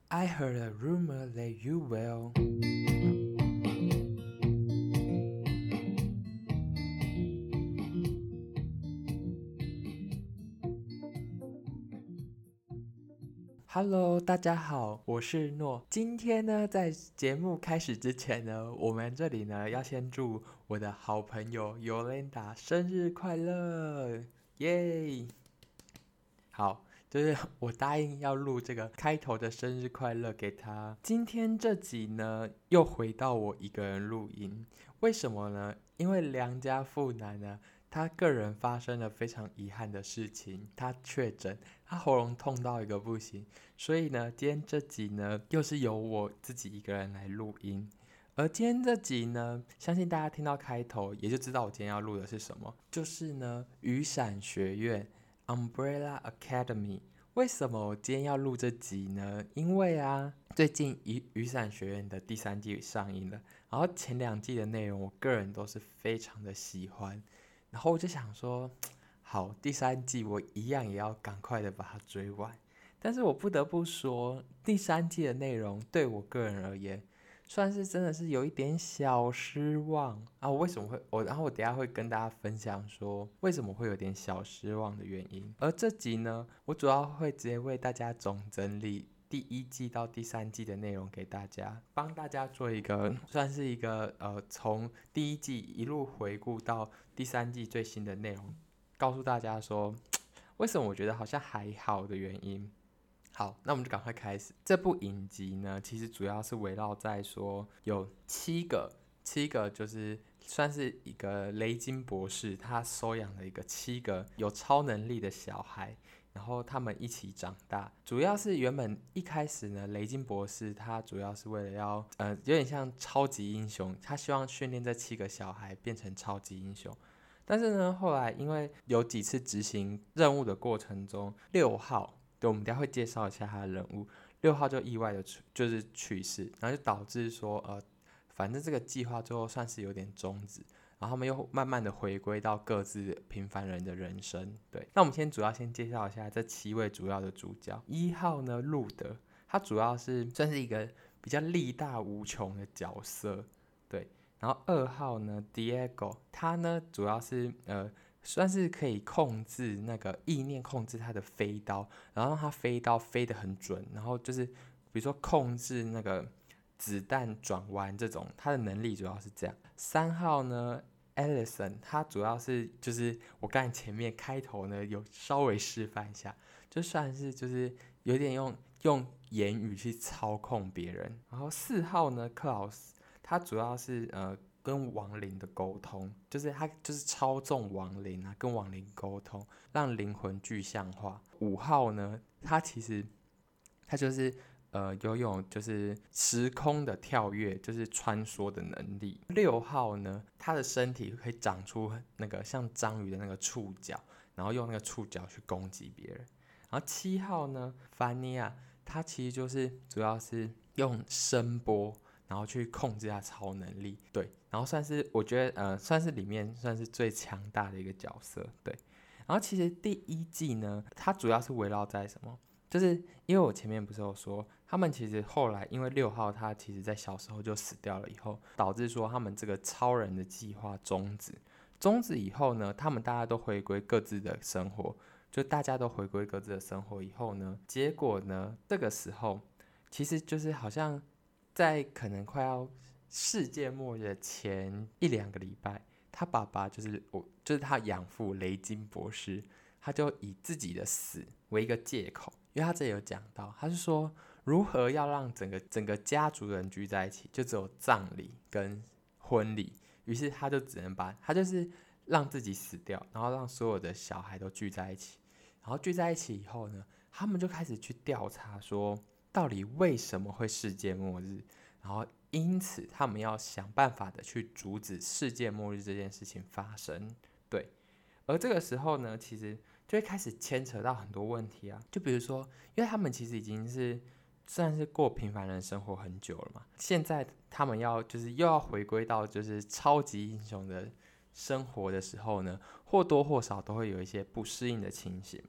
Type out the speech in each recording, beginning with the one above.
I heard a rumor that you will. Hello， 大家好，我是诺。今天呢，在节目开始之前呢，我们这里呢要先祝我的好朋友 Yolanda 生日快乐，耶！好，就是我答应要录这个开头的生日快乐给他。今天这集呢，又回到我一个人录音，为什么呢？因为良家妇男呢，他个人发生了非常遗憾的事情，他确诊，他喉咙痛到一个不行，所以呢，今天这集呢，又是由我自己一个人来录音。而今天这集呢，相信大家听到开头也就知道我今天要录的是什么，就是呢，雨伞学院 Umbrella Academy。为什么我今天要录这集呢？因为啊，最近雨伞学院的第3季上映了，然后前2季的内容我个人都是非常的喜欢，然后我就想说，好，第3季我一样也要赶快的把它追完。但是我不得不说，第3季的内容对我个人而言，算是真的是有一点小失望啊！我为什么会然后我等一下会跟大家分享说为什么会有点小失望的原因。而这集呢，我主要会直接为大家总整理第1季到第3季的内容给大家，帮大家做一个算是一个从第1季一路回顾到第3季最新的内容，告诉大家说为什么我觉得好像还好的原因。好，那我们就赶快开始。这部影集呢，其实主要是围绕在说有7个就是算是一个雷金博士，他收养了一个7个有超能力的小孩，然后他们一起长大。主要是原本一开始呢，雷金博士他主要是为了要有点像超级英雄，他希望训练这7个小孩变成超级英雄。但是呢，后来因为有几次执行任务的过程中，6号，对，我们等一下会介绍一下他的人物，6号就意外的就是去世，然后就导致说反正这个计划最后算是有点终止，然后他们又慢慢的回归到各自平凡人的人生。对，那我们主要先介绍一下这7位主要的主角。1号呢，路德，他主要是算是一个比较力大无穷的角色，对。然后2号呢 ，Diego， 他呢主要是算是可以控制那个意念，控制他的飞刀，然后让他飞刀飞得很准，然后就是比如说控制那个子弹转弯这种，他的能力主要是这样。3号呢 ，Allison， 他主要是就是我刚才前面开头呢有稍微示范一下，就算是就是有点用言语去操控别人。然后4号呢，克劳斯。他主要是跟亡灵的沟通，就是他就是操纵亡灵啊，跟亡灵沟通，让灵魂具象化。5号呢，他其实他就是拥有就是时空的跳跃，就是穿梭的能力。6号呢，他的身体可以长出那个像章鱼的那个触角，然后用那个触角去攻击别人。然后7号呢，凡尼亚，他其实就是主要是用声波，然后去控制他超能力，对，然后算是我觉得算是里面算是最强大的一个角色，对。然后其实第1季呢，它主要是围绕在什么？就是因为我前面不是有说，他们其实后来因为6号他其实在小时候就死掉了以后，导致说他们这个超人的计划终止。终止以后呢，他们大家都回归各自的生活，就大家都回归各自的生活以后呢，结果呢，这个时候其实就是好像在可能快要世界末日的前1-2个礼拜，他爸爸就是他养父雷金博士，他就以自己的死为一个借口，因为他这里有讲到，他是说如何要让整个家族人聚在一起，就只有葬礼跟婚礼，于是他就只能他就是让自己死掉，然后让所有的小孩都聚在一起，然后聚在一起以后呢，他们就开始去调查说，到底为什么会世界末日，然后因此他们要想办法的去阻止世界末日这件事情发生，对。而这个时候呢，其实就会开始牵扯到很多问题啊，就比如说，因为他们其实已经是算是过平凡人生活很久了嘛，现在他们就是又要回归到就是超级英雄的生活的时候呢，或多或少都会有一些不适应的情形嘛。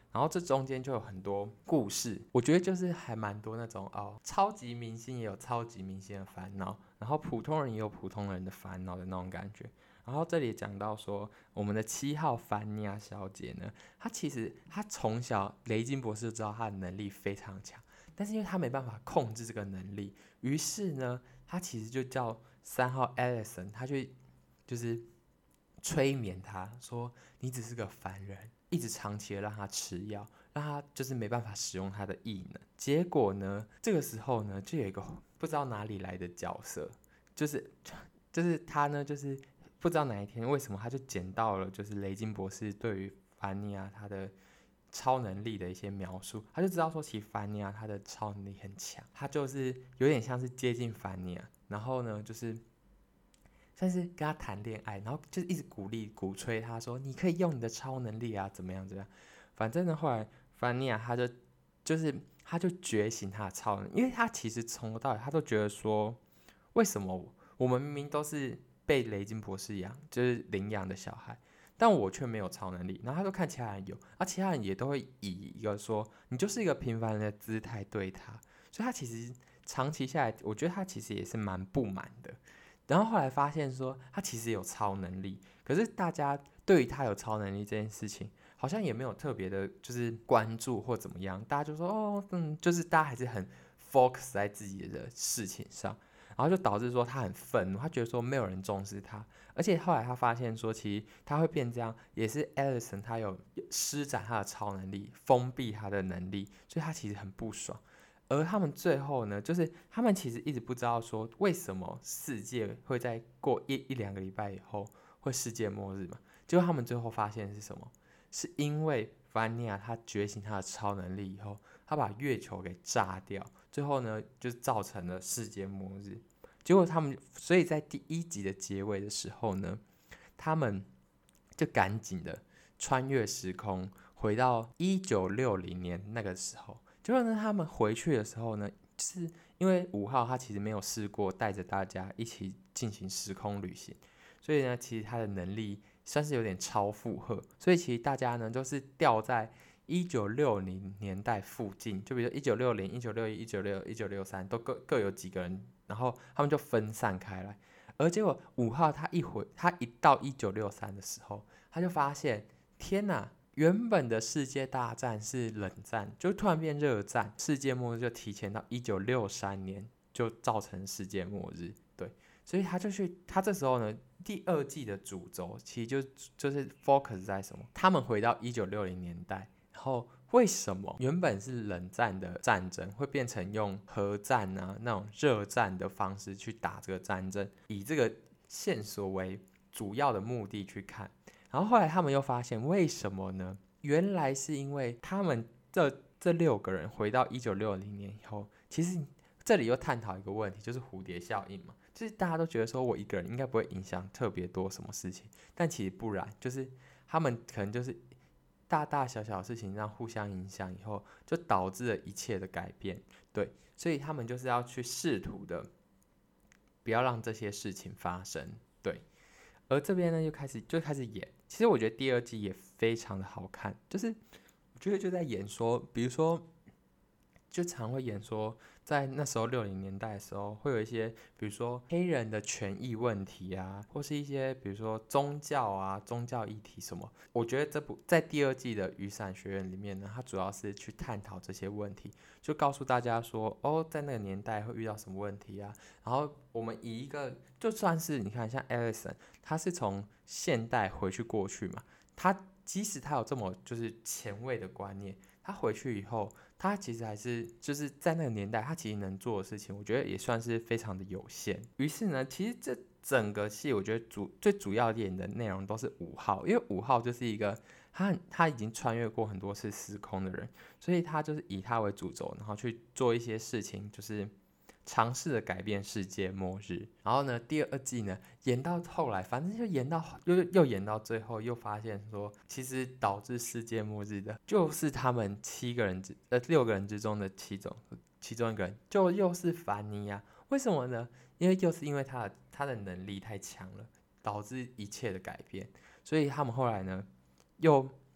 然后这中间就有很多故事，我觉得就是还蛮多那种超级明星也有超级明星的烦恼，然后普通人也有普通人的烦恼的那种感觉。然后这里讲到说，我们的7号凡尼亚小姐呢，她从小雷金博士就知道她的能力非常强，但是因为她没办法控制这个能力，于是呢，她其实就叫3号 Allison， 她就是催眠她说你只是个凡人，一直长期的让她吃药，让她就是没办法使用她的异能。结果呢，这个时候呢，就有一个不知道哪里来的角色，就是他呢，就是不知道哪一天为什么他就捡到了，就是雷金博士对于凡尼亚他的超能力的一些描述，他就知道说，其实凡尼亚他的超能力很强，他就是有点像是接近凡尼亚，然后呢，就是算是跟他谈恋爱，然后就是一直鼓吹他说，你可以用你的超能力啊，怎么样怎么样。反正呢，后来凡尼亚他就觉醒他的超能力，因为他其实从头到尾他都觉得说，为什么我们明明都是被雷金博士养，就是领养的小孩，但我却没有超能力。然后他就看其他人有，其他人也都会以一个说你就是一个平凡人的姿态对他，所以他其实长期下来，我觉得他其实也是蛮不满的。然后后来发现说他其实有超能力，可是大家对于他有超能力这件事情，好像也没有特别的，就是关注或怎么样，大家就说就是大家还是很 focus 在自己的事情上。然后就导致说他很愤怒，他觉得说没有人重视他，而且后来他发现说，其实他会变这样，也是 Allison 他有施展他的超能力，封闭他的能力，所以他其实很不爽。而他们最后呢，就是他们其实一直不知道说为什么世界会在过一两个礼拜以后会世界末日嘛？结果他们最后发现是什么？是因为凡尼亚他觉醒他的超能力以后，他把月球给炸掉，最后呢就造成了世界末日。结果所以在第1集的结尾的时候呢，他们就赶紧的穿越时空，回到1960年那个时候。结果呢，他们回去的时候呢，就是因为5号他其实没有试过带着大家一起进行时空旅行，所以呢，其实他的能力算是有点超负荷，所以其实大家呢都是掉在1960年代附近，就比如说1960、1961、1962、1963都各有几个人，然后他们就分散开来。而结果5号他一到1963的时候，他就发现天哪！原本的世界大战是冷战，就突然变热战，世界末日就提前到1963年，就造成世界末日。对，所以他这时候呢，第2季的主轴其实就是 focus 在什么？他们回到1960年代，然后为什么原本是冷战的战争会变成用核战啊那种热战的方式去打这个战争？以这个线索为主要的目的去看。然后后来他们又发现，为什么呢？原来是因为他们这6个人回到1960年以后，其实这里又探讨一个问题，就是蝴蝶效应嘛。就是大家都觉得说我一个人应该不会影响特别多什么事情，但其实不然，就是他们可能就是大大小小的事情让互相影响以后，就导致了一切的改变。对，所以他们就是要去试图的不要让这些事情发生。对。而这边呢，就开始演。其实我觉得第2季也非常的好看，就是我觉得就在演说，比如说，就常会演说，在那时候60年代的时候，会有一些，比如说黑人的权益问题啊，或是一些比如说宗教啊、宗教议题什么。我觉得在第2季的雨伞学院里面呢，它主要是去探讨这些问题，就告诉大家说，在那个年代会遇到什么问题啊。然后我们以一个就算是你看像 Allison， 他是从现代回去过去嘛，即使他有这么就是前卫的观念，他回去以后，他其实还是就是在那个年代，他其实能做的事情，我觉得也算是非常的有限。于是呢，其实这整个戏，我觉得最主要演的内容都是5号，因为5号就是一个他已经穿越过很多次时空的人，所以他就是以他为主轴，然后去做一些事情，就是尝试的改变世界末日。然后呢，第2季呢演到后来，反正就演到又演到最后，又发现说，其实导致世界末日的，就是他们6个人之中的其中一个人，就又是凡尼亚。为什么呢？因为他的能力太强了，导致一切的改变。所以他们后来呢，又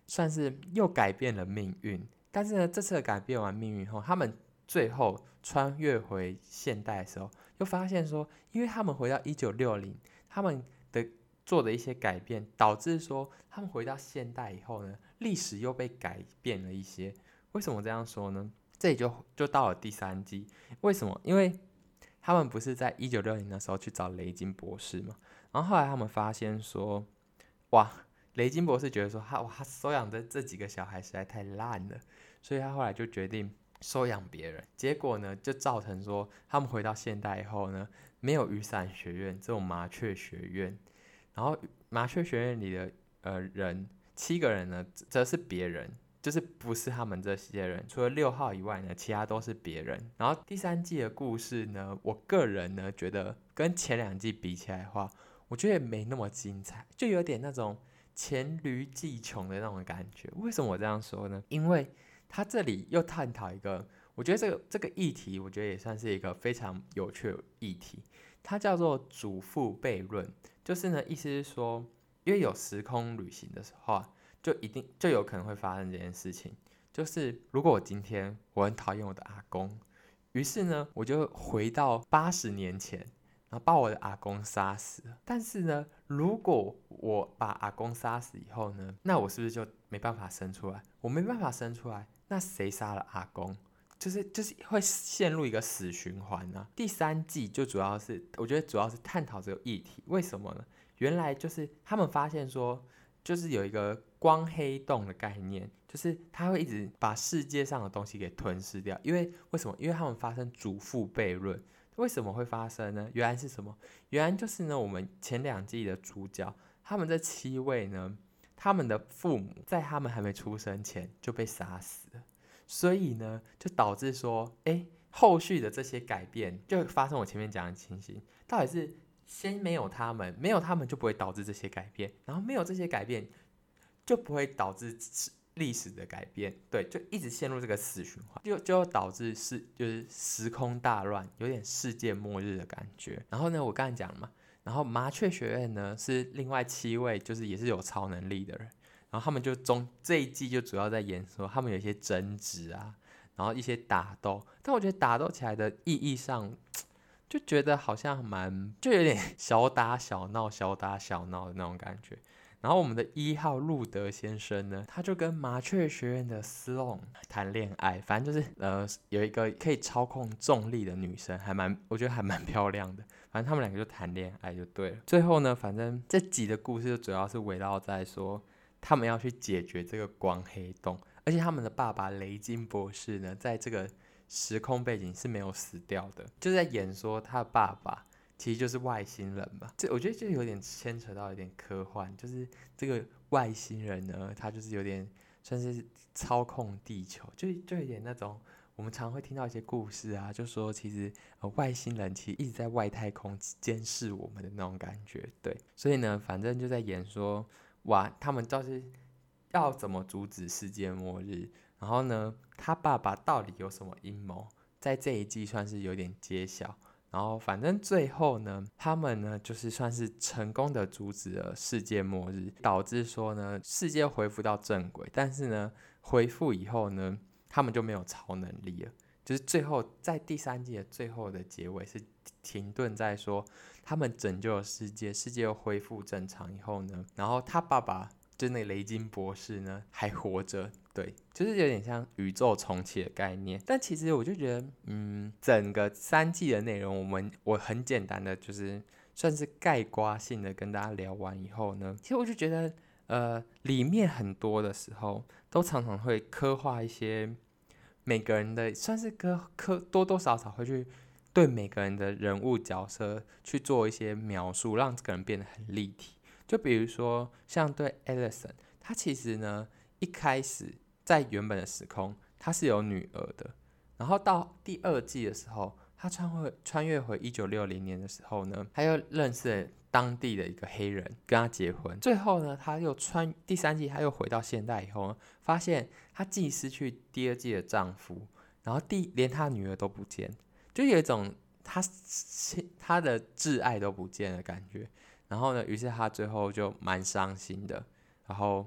算是又改变了命运。但是呢，这次改变完命运后，他们最后穿越回现代的时候，又发现说，因为他们回到1960，他们的做的一些改变，导致说他们回到现代以后呢，历史又被改变了一些。为什么这样说呢？这里就到了第3季，为什么？因为他们不是在1960的时候去找雷金博士嘛，然后后来他们发现说，哇，雷金博士觉得说他收养的这几个小孩实在太烂了，所以他后来就决定收养别人。结果呢，就造成说他们回到现代以后呢，没有雨伞学院这种麻雀学院，然后麻雀学院里的人7个人呢，则是别人。就是不是他们这些人，除了6号以外呢，其他都是别人。然后第3季的故事呢，我个人呢觉得跟前2季比起来的话，我觉得没那么精彩，就有点那种黔驴技穷的那种感觉。为什么我这样说呢？因为他这里又探讨一个，我觉得这个议题，我觉得也算是一个非常有趣的议题，它叫做祖父悖论。就是呢，意思是说，因为有时空旅行的时候啊，就有可能会发生这件事情，就是如果我今天我很讨厌我的阿公，于是呢我就回到80年前，然后把我的阿公杀死了。但是呢，如果我把阿公杀死以后呢，那我是不是就没办法生出来？我没办法生出来，那谁杀了阿公？就是会陷入一个死循环啊。第3季就主要是，我觉得主要是探讨这个议题。为什么呢？原来就是他们发现说，就是有一个光黑洞的概念，就是它会一直把世界上的东西给吞噬掉。为什么？因为他们发生祖父悖论。为什么会发生呢？原来是什么？原来就是呢，我们前2季的主角，他们这7位呢，他们的父母在他们还没出生前就被杀死了，所以呢，就导致说，后续的这些改变就发生我前面讲的情形，到底是先没有他们，没有他们就不会导致这些改变，然后没有这些改变就不会导致历史的改变，对，就一直陷入这个死循环，就导致就是时空大乱，有点世界末日的感觉。然后呢，我刚才讲了嘛，然后麻雀学院呢是另外7位，就是也是有超能力的人，然后他们就这一季就主要在演说他们有一些争执啊，然后一些打斗，但我觉得打斗起来的意义上，就觉得好像就有点小打小闹、小打小闹的那种感觉。然后我们的1号路德先生呢，他就跟麻雀学院的斯隆谈恋爱，反正就是有一个可以操控重力的女生，我觉得还蛮漂亮的。反正他们2个就谈恋爱就对了。最后呢，反正这集的故事就主要是围绕在说，他们要去解决这个光黑洞，而且他们的爸爸雷金博士呢，在这个时空背景是没有死掉的，就在演说他的爸爸其实就是外星人嘛。我觉得就有点牵扯到有点科幻，就是这个外星人呢，他就是有点算是操控地球，就有点那种我们常会听到一些故事啊，就说其实外星人其实一直在外太空监视我们的那种感觉，对。所以呢，反正就在演说，哇，他们倒是要怎么阻止世界末日，然后呢，他爸爸到底有什么阴谋，在这一季算是有点揭晓。然后反正最后呢，他们呢就是算是成功的阻止了世界末日，导致说呢世界恢复到正轨。但是呢，恢复以后呢，他们就没有超能力了。就是最后在第3季的最后的结尾是停顿在说，他们拯救了世界，世界又恢复正常以后呢，然后他爸爸就那个雷金博士呢还活着。对，就是有点像宇宙重启的概念。但其实我就觉得，整个3季的内容，我很简单的就是算是概括性的跟大家聊完以后呢，其实我就觉得，里面很多的时候都常常会刻画一些每个人的，算是多多少少会去对每个人的人物角色去做一些描述，让这个人变得很立体。就比如说像对 Allison， 他其实呢一开始在原本的时空，他是有女儿的，然后到第2季的时候，他穿越回1960年的时候呢，他又认识了当地的一个黑人，跟他结婚。最后呢，他又第3季，他又回到现代以后呢，发现他既失去第2季的丈夫，然后连他女儿都不见，就有一种他的挚爱都不见的感觉。然后呢，于是他最后就蛮伤心的，然后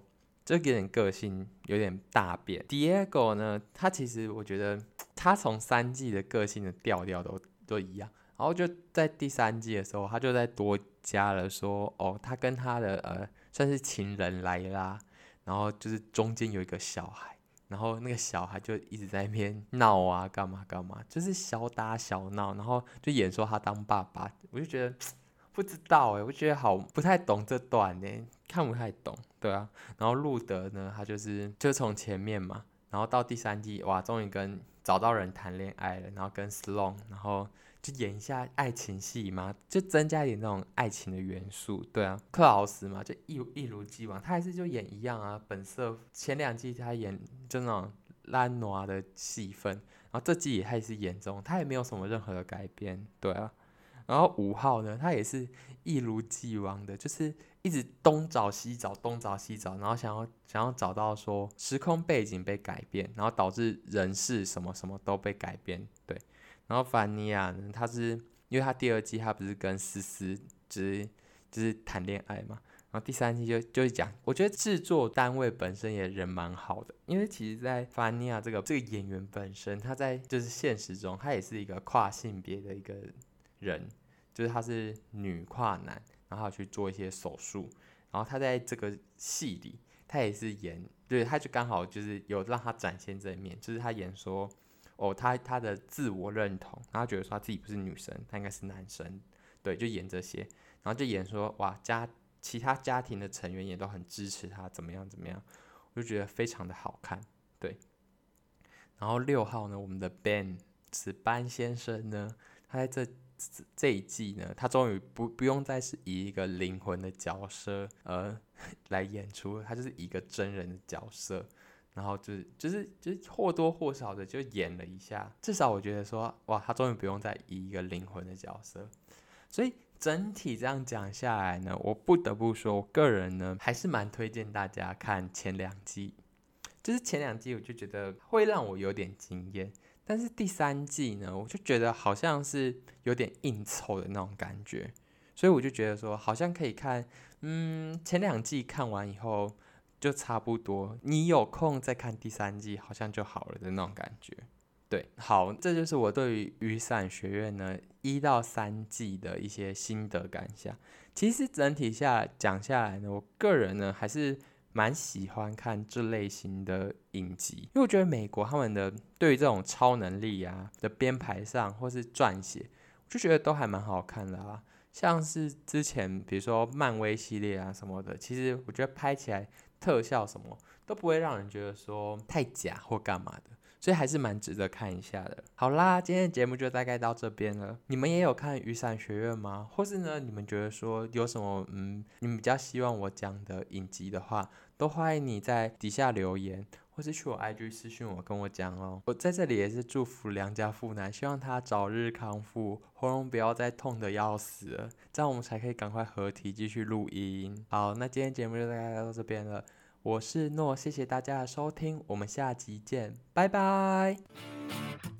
就有点个性有点大变。Diego 呢，他其实我觉得他从3季的个性的调调都一样，然后就在第3季的时候，他就再多加了说，他跟他的算是情人来啦，然后就是中间有一个小孩，然后那个小孩就一直在那边闹啊，干嘛干嘛，就是小打小闹，然后就演说他当爸爸，我就觉得不知道我觉得好不太懂这段看不太懂，对啊。然后路德呢，他就从前面嘛，然后到第3季，哇，终于找到人谈恋爱了，然后跟 Sloan， 然后就演一下爱情戏嘛，就增加一点那种爱情的元素，对啊。克劳斯嘛，就一如既往，他还是就演一样啊，本色。前2季他演就那种烂挪的戏份，然后这季也还是演这种，他也没有什么任何的改变，对啊。然后5号呢，他也是一如既往的，就是一直东找西找，东找西找，然后想要找到说时空背景被改变，然后导致人事什么什么都被改变，对。然后凡尼亚呢，他是因为他第2季他不是跟思思就是谈恋爱嘛，然后第3季就讲，我觉得制作单位本身也人蛮好的，因为其实在凡尼亚这个演员本身，他在就是现实中他也是一个跨性别的一个人，就是他是女跨男，然后他有去做一些手术，然后他在这个戏里，他也是演，对，他就刚好就是有让他展现这一面，就是他演说，他的自我认同，然后他觉得说他自己不是女生，他应该是男生，对，就演这些，然后就演说哇，其他家庭的成员也都很支持他，怎么样怎么样，我就觉得非常的好看，对。然后6号呢，我们的 Ben 史班先生呢，他在这一季呢，他终于不用再是以一个灵魂的角色来演出，他就是以一个真人的角色，然后就是或多或少的就演了一下，至少我觉得说哇，他终于不用再以一个灵魂的角色，所以整体这样讲下来呢，我不得不说，我个人呢还是蛮推荐大家看前2季，就是前2季我就觉得会让我有点惊艳。但是第3季呢，我就觉得好像是有点硬凑的那种感觉，所以我就觉得说好像可以看，前2季看完以后就差不多，你有空再看第3季好像就好了的那种感觉。对，好，这就是我对于雨伞学院呢1到3季的一些心得感想。其实整体讲下来呢，我个人呢还是蛮喜欢看这类型的影集，因为我觉得美国他们的对于这种超能力啊的编排上或是撰写，我就觉得都还蛮好看的啊。像是之前比如说漫威系列啊什么的，其实我觉得拍起来特效什么都不会让人觉得说太假或干嘛的，所以还是蛮值得看一下的。好啦，今天的节目就大概到这边了。你们也有看雨伞学院吗？或是呢，你们觉得说有什么你们比较希望我讲的影集的话，都欢迎你在底下留言，或是去我 IG 私讯我跟我讲哦。我在这里也是祝福良家妇男，希望他早日康复，喉咙不要再痛得要死了，这样我们才可以赶快合体继续录音。好，那今天节目就大概到这边了。我是诺，谢谢大家的收听，我们下集见，拜拜。